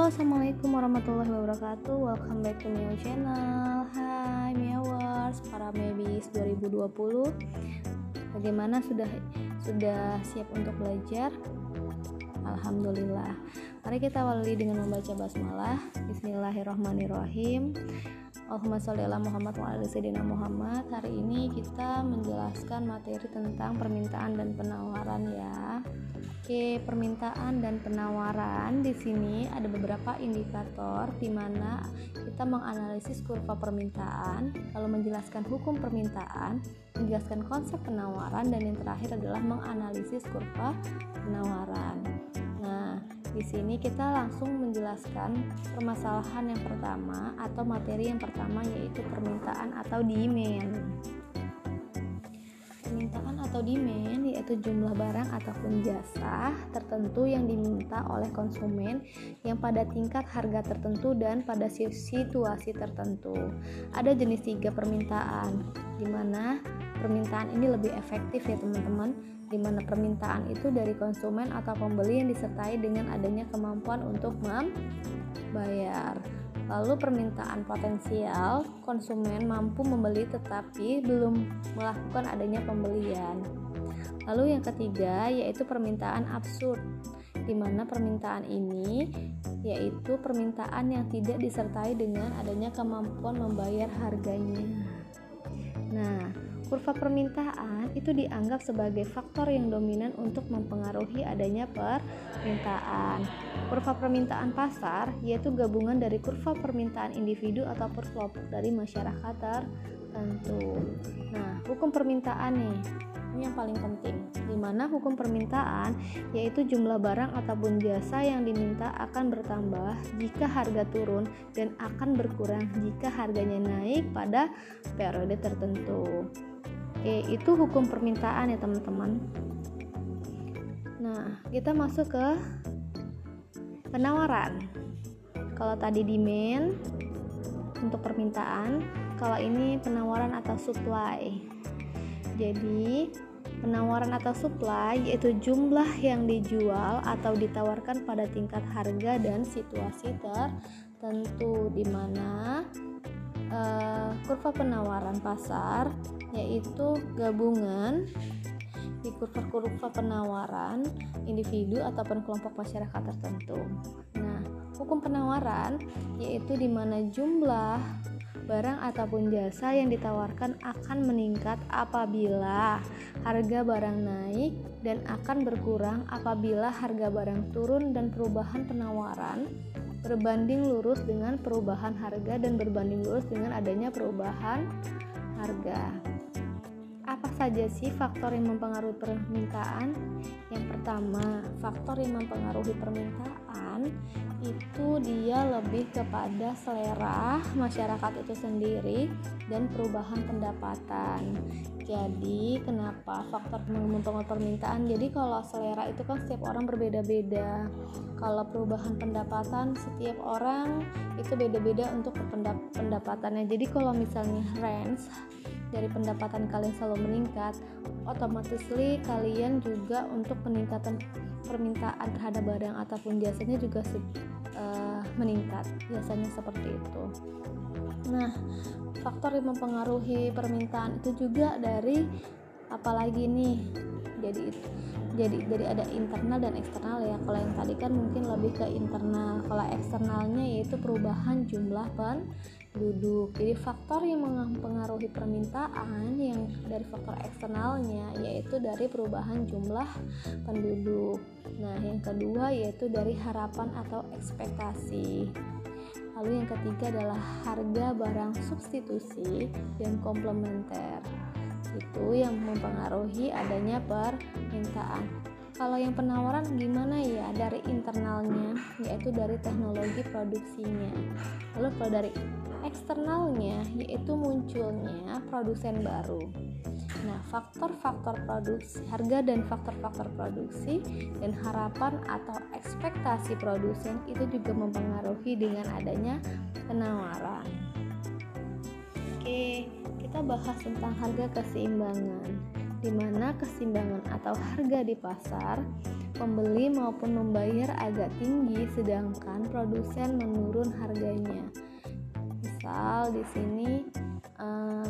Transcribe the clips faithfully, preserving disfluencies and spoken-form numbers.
Halo, assalamualaikum warahmatullahi wabarakatuh. Welcome back to my channel. Hai Miawars, para Mebis dua ribu dua puluh. Bagaimana, sudah sudah siap untuk belajar? Alhamdulillah. Mari kita awali dengan membaca basmalah. Bismillahirrahmanirrahim. Allahumma sholli ala Muhammad wa ala sayyidina Muhammad. Hari ini kita menjelaskan materi tentang permintaan dan penawaran ya. Oke, permintaan dan penawaran. Di sini ada beberapa indikator di mana kita menganalisis kurva permintaan, lalu menjelaskan hukum permintaan, menjelaskan konsep penawaran, dan yang terakhir adalah menganalisis kurva penawaran. Nah, di sini kita langsung menjelaskan permasalahan yang pertama atau materi yang pertama, yaitu permintaan atau demand. Permintaan atau demand yaitu jumlah barang ataupun jasa tertentu yang diminta oleh konsumen yang pada tingkat harga tertentu dan pada situasi tertentu. Ada jenis tiga permintaan, di mana permintaan ini lebih efektif ya teman-teman, di mana permintaan itu dari konsumen atau pembeli yang disertai dengan adanya kemampuan untuk membayar. Lalu permintaan potensial, konsumen mampu membeli tetapi belum melakukan adanya pembelian. Lalu yang ketiga yaitu permintaan absurd, di mana permintaan ini yaitu permintaan yang tidak disertai dengan adanya kemampuan membayar harganya. Nah, kurva permintaan itu dianggap sebagai faktor yang dominan untuk mempengaruhi adanya permintaan. Kurva permintaan pasar yaitu gabungan dari kurva permintaan individu ataupun kelompok dari masyarakat tertentu. Nah, hukum permintaan nih, ini yang paling penting, di mana hukum permintaan yaitu jumlah barang ataupun jasa yang diminta akan bertambah jika harga turun dan akan berkurang jika harganya naik pada periode tertentu. Oke, itu hukum permintaan ya teman-teman. Nah, kita masuk ke penawaran. Kalau tadi demand untuk permintaan, kalau ini penawaran atau supply. Jadi, penawaran atau supply yaitu jumlah yang dijual atau ditawarkan pada tingkat harga dan situasi tertentu, di mana uh, kurva penawaran pasar yaitu gabungan di kurva-kurva penawaran individu ataupun kelompok masyarakat tertentu. Nah, hukum penawaran yaitu di mana jumlah barang ataupun jasa yang ditawarkan akan meningkat apabila harga barang naik dan akan berkurang apabila harga barang turun, dan perubahan penawaran berbanding lurus dengan perubahan harga dan berbanding lurus dengan adanya perubahan harga. Apa saja sih faktor yang mempengaruhi permintaan? Yang pertama, faktor yang mempengaruhi permintaan itu dia lebih kepada selera masyarakat itu sendiri dan perubahan pendapatan. Jadi, kenapa faktor mempengaruhi permintaan? Jadi, kalau selera itu kan setiap orang berbeda-beda. Kalau perubahan pendapatan, setiap orang itu beda-beda untuk pendapatannya. Jadi, kalau misalnya range dari pendapatan kalian selalu meningkat, otomatis kalian juga untuk peningkatan permintaan terhadap barang ataupun jasanya juga uh, meningkat, biasanya seperti itu. Nah, faktor yang mempengaruhi permintaan itu juga dari apalagi nih, jadi itu jadi dari ada internal dan eksternal ya. Kalau yang tadi kan mungkin lebih ke internal, kalau eksternalnya yaitu perubahan jumlah penduduk. Jadi faktor yang mempengaruhi permintaan yang dari faktor eksternalnya yaitu dari perubahan jumlah penduduk. Nah, yang kedua yaitu dari harapan atau ekspektasi. Lalu yang ketiga adalah harga barang substitusi dan komplementer. Itu yang mempengaruhi adanya permintaan. Kalau yang penawaran gimana ya? Dari internalnya yaitu dari teknologi produksinya. Lalu kalau dari eksternalnya yaitu munculnya produsen baru. Nah, faktor-faktor produksi, harga dan faktor-faktor produksi dan harapan atau ekspektasi produsen itu juga mempengaruhi dengan adanya penawaran. Oke, kita bahas tentang harga keseimbangan. di mana keseimbangan atau harga di pasar, pembeli maupun membayar agak tinggi sedangkan produsen menurun harganya. Misal di sini uh,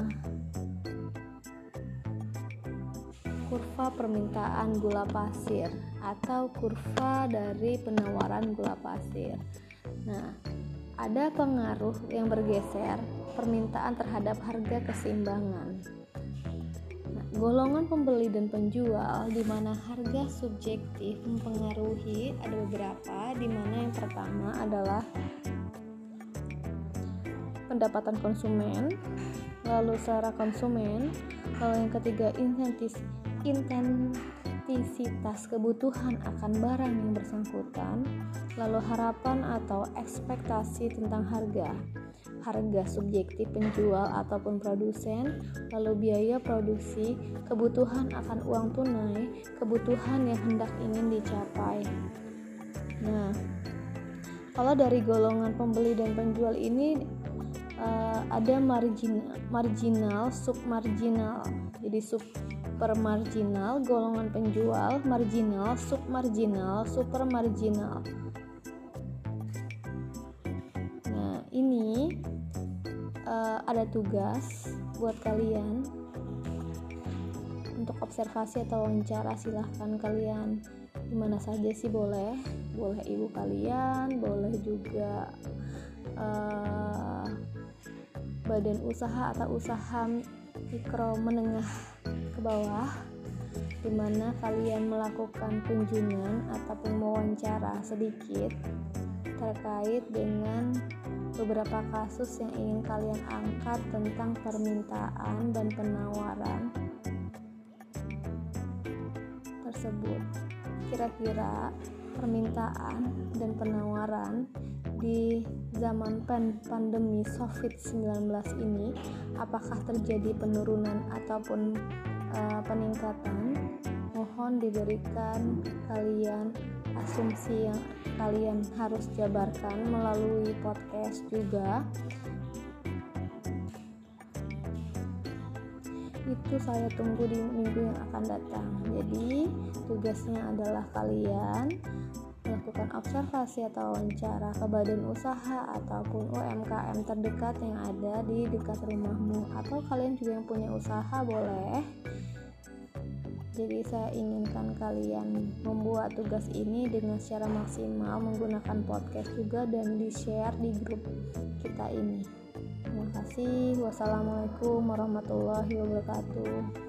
kurva permintaan gula pasir atau kurva dari penawaran gula pasir. Nah, ada pengaruh yang bergeser permintaan terhadap harga keseimbangan. Nah, golongan pembeli dan penjual di mana harga subjektif mempengaruhi ada beberapa, di mana yang pertama adalah pendapatan konsumen, lalu selera konsumen, lalu yang ketiga intensitas intensititas kebutuhan akan barang yang bersangkutan, lalu harapan atau ekspektasi tentang harga, harga subjektif penjual ataupun produsen, lalu biaya produksi, kebutuhan akan uang tunai, kebutuhan yang hendak ingin dicapai. Nah, kalau dari golongan pembeli dan penjual ini uh, ada marginal, marginal, submarginal. Jadi supermarginal, golongan penjual, marginal, submarginal, supermarginal. Nah, ini uh, ada tugas buat kalian untuk observasi atau wawancara. Silahkan kalian dimana saja sih boleh, boleh ibu kalian, boleh juga uh, badan usaha atau usaha mikro menengah ke bawah, di mana kalian melakukan kunjungan ataupun mewawancara sedikit terkait dengan beberapa kasus yang ingin kalian angkat tentang permintaan dan penawaran tersebut. Kira-kira permintaan dan penawaran di zaman pandemi covid sembilan belas ini apakah terjadi penurunan ataupun uh, peningkatan? Mohon diberikan kalian asumsi yang kalian harus jabarkan melalui podcast juga. Itu saya tunggu di minggu yang akan datang. Jadi tugasnya adalah kalian melakukan observasi atau wawancara ke badan usaha ataupun U M K M terdekat yang ada di dekat rumahmu, atau kalian juga yang punya usaha boleh. Jadi saya inginkan kalian membuat tugas ini dengan secara maksimal menggunakan podcast juga dan di-share di grup kita ini. Terima kasih. Wassalamualaikum warahmatullahi wabarakatuh.